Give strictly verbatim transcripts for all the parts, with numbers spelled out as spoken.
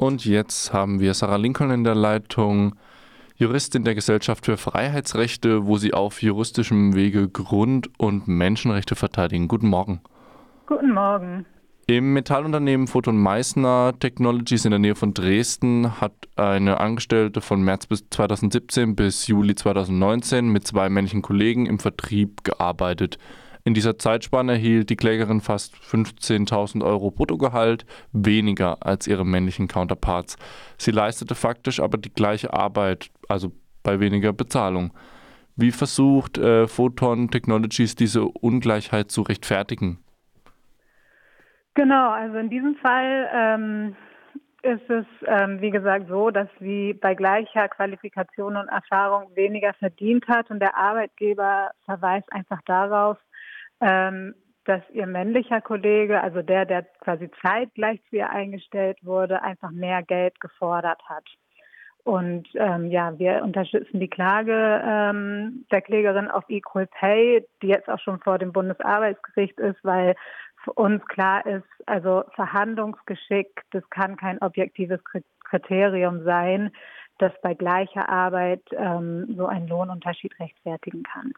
Und jetzt haben wir Sarah Lincoln in der Leitung, Juristin der Gesellschaft für Freiheitsrechte, wo sie auf juristischem Wege Grund- und Menschenrechte verteidigen. Guten Morgen. Guten Morgen. Im Metallunternehmen Photon Meissner Technologies in der Nähe von Dresden hat eine Angestellte von März bis zweitausendsiebzehn bis Juli zweitausendneunzehn mit zwei männlichen Kollegen im Vertrieb gearbeitet. In dieser Zeitspanne erhielt die Klägerin fast fünfzehntausend Euro Bruttogehalt, weniger als ihre männlichen Counterparts. Sie leistete faktisch aber die gleiche Arbeit, also bei weniger Bezahlung. Wie versucht äh, Photon Technologies diese Ungleichheit zu rechtfertigen? Genau, also in diesem Fall ähm, ist es, ähm, wie gesagt, so, dass sie bei gleicher Qualifikation und Erfahrung weniger verdient hat und der Arbeitgeber verweist einfach darauf, ähm, dass ihr männlicher Kollege, also der, der quasi zeitgleich zu ihr eingestellt wurde, einfach mehr Geld gefordert hat. Und ähm, ja, wir unterstützen die Klage ähm, der Klägerin auf Equal Pay, die jetzt auch schon vor dem Bundesarbeitsgericht ist, weil für uns klar ist, also Verhandlungsgeschick, das kann kein objektives Kriterium sein, das bei gleicher Arbeit ähm, so einen Lohnunterschied rechtfertigen kann.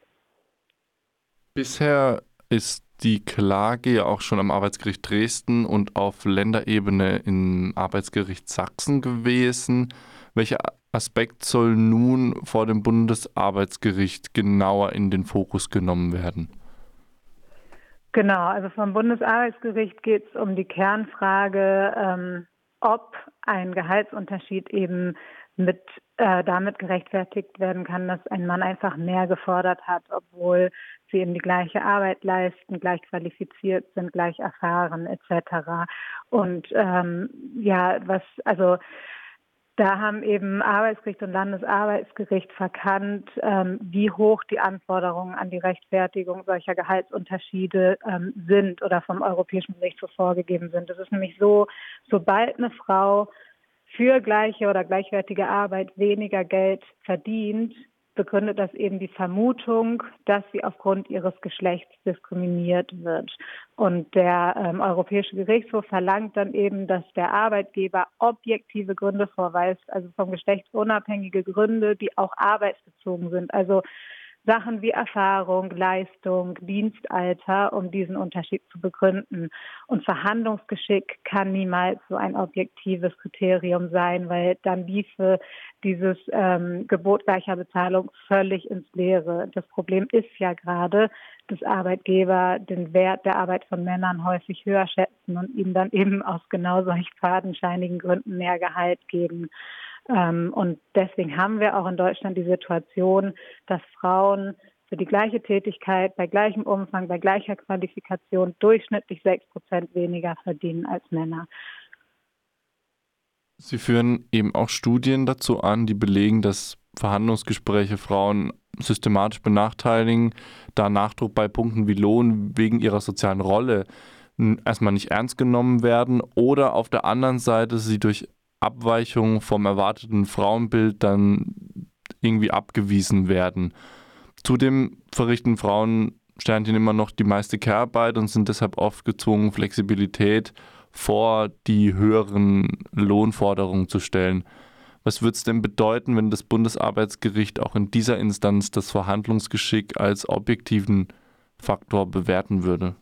Bisher ist die Klage ja auch schon am Arbeitsgericht Dresden und auf Länderebene im Arbeitsgericht Sachsen gewesen. Welcher Aspekt soll nun vor dem Bundesarbeitsgericht genauer in den Fokus genommen werden? Genau, also vom Bundesarbeitsgericht geht es um die Kernfrage, ähm, ob ein Gehaltsunterschied eben mit äh, damit gerechtfertigt werden kann, dass ein Mann einfach mehr gefordert hat, obwohl sie eben die gleiche Arbeit leisten, gleich qualifiziert sind, gleich erfahren et cetera. Und ähm, ja, was also da haben eben Arbeitsgericht und Landesarbeitsgericht verkannt, ähm, wie hoch die Anforderungen an die Rechtfertigung solcher Gehaltsunterschiede ähm, sind oder vom Europäischen Gerichtshof vorgegeben sind. Es ist nämlich so, sobald eine Frau für gleiche oder gleichwertige Arbeit weniger Geld verdient, begründet das eben die Vermutung, dass sie aufgrund ihres Geschlechts diskriminiert wird. Und der ähm, Europäische Gerichtshof verlangt dann eben, dass der Arbeitgeber objektive Gründe vorweist, also vom Geschlecht unabhängige Gründe, die auch arbeitsbezogen sind. Also Sachen wie Erfahrung, Leistung, Dienstalter, um diesen Unterschied zu begründen. Und Verhandlungsgeschick kann niemals so ein objektives Kriterium sein, weil dann liefe dieses ähm, Gebot gleicher Bezahlung völlig ins Leere. Das Problem ist ja gerade, dass Arbeitgeber den Wert der Arbeit von Männern häufig höher schätzen und ihnen dann eben aus genau solch fadenscheinigen Gründen mehr Gehalt geben. Ähm, und deswegen haben wir auch in Deutschland die Situation, dass Frauen für die gleiche Tätigkeit, bei gleichem Umfang, bei gleicher Qualifikation durchschnittlich sechs Prozent weniger verdienen als Männer. Sie führen eben auch Studien dazu an, die belegen, dass Verhandlungsgespräche Frauen systematisch benachteiligen, da Nachdruck bei Punkten wie Lohn wegen ihrer sozialen Rolle n- erstmal nicht ernst genommen werden oder auf der anderen Seite sie durch Abweichungen vom erwarteten Frauenbild dann irgendwie abgewiesen werden. Zudem verrichten Frauen Sternchen immer noch die meiste Care-Arbeit und sind deshalb oft gezwungen, Flexibilität vor die höheren Lohnforderungen zu stellen. Was würde es denn bedeuten, wenn das Bundesarbeitsgericht auch in dieser Instanz das Verhandlungsgeschick als objektiven Faktor bewerten würde?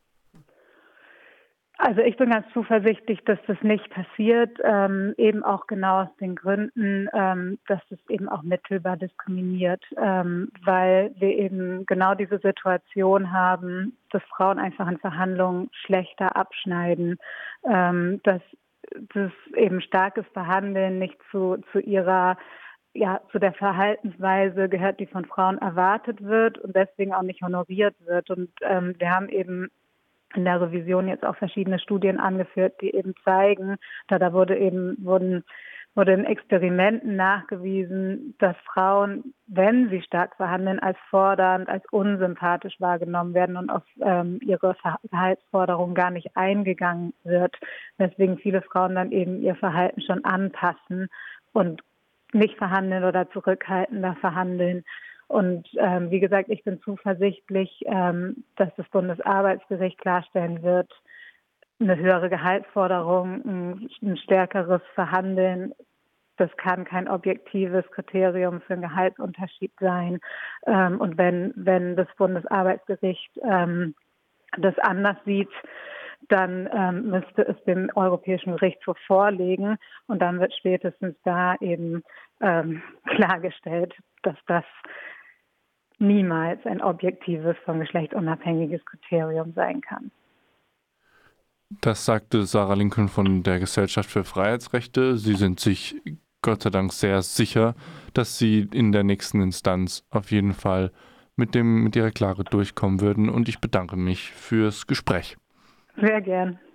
Also ich bin ganz zuversichtlich, dass das nicht passiert, ähm, eben auch genau aus den Gründen, ähm, dass es eben auch mittelbar diskriminiert, ähm, weil wir eben genau diese Situation haben, dass Frauen einfach in Verhandlungen schlechter abschneiden, ähm, dass das eben starkes Verhandeln nicht zu, zu ihrer ja, zu der Verhaltensweise gehört, die von Frauen erwartet wird und deswegen auch nicht honoriert wird. Und ähm, wir haben eben in der Revision jetzt auch verschiedene Studien angeführt, die eben zeigen, da, da wurde eben, wurden, wurde in Experimenten nachgewiesen, dass Frauen, wenn sie stark verhandeln, als fordernd, als unsympathisch wahrgenommen werden und auf ähm, ihre Gehaltsforderungen gar nicht eingegangen wird, weswegen viele Frauen dann eben ihr Verhalten schon anpassen und nicht verhandeln oder zurückhaltender verhandeln. Und ähm, wie gesagt, ich bin zuversichtlich, ähm, dass das Bundesarbeitsgericht klarstellen wird, eine höhere Gehaltsforderung, ein, ein stärkeres Verhandeln, das kann kein objektives Kriterium für einen Gehaltsunterschied sein. Ähm, und wenn, wenn das Bundesarbeitsgericht ähm, das anders sieht, dann ähm, müsste es dem Europäischen Gerichtshof vorlegen und dann wird spätestens da eben ähm, klargestellt, dass das niemals ein objektives, vom Geschlecht unabhängiges Kriterium sein kann. Das sagte Sarah Lincoln von der Gesellschaft für Freiheitsrechte. Sie sind sich Gott sei Dank sehr sicher, dass Sie in der nächsten Instanz auf jeden Fall mit, dem, mit Ihrer Klage durchkommen würden. Und ich bedanke mich fürs Gespräch. Sehr gern.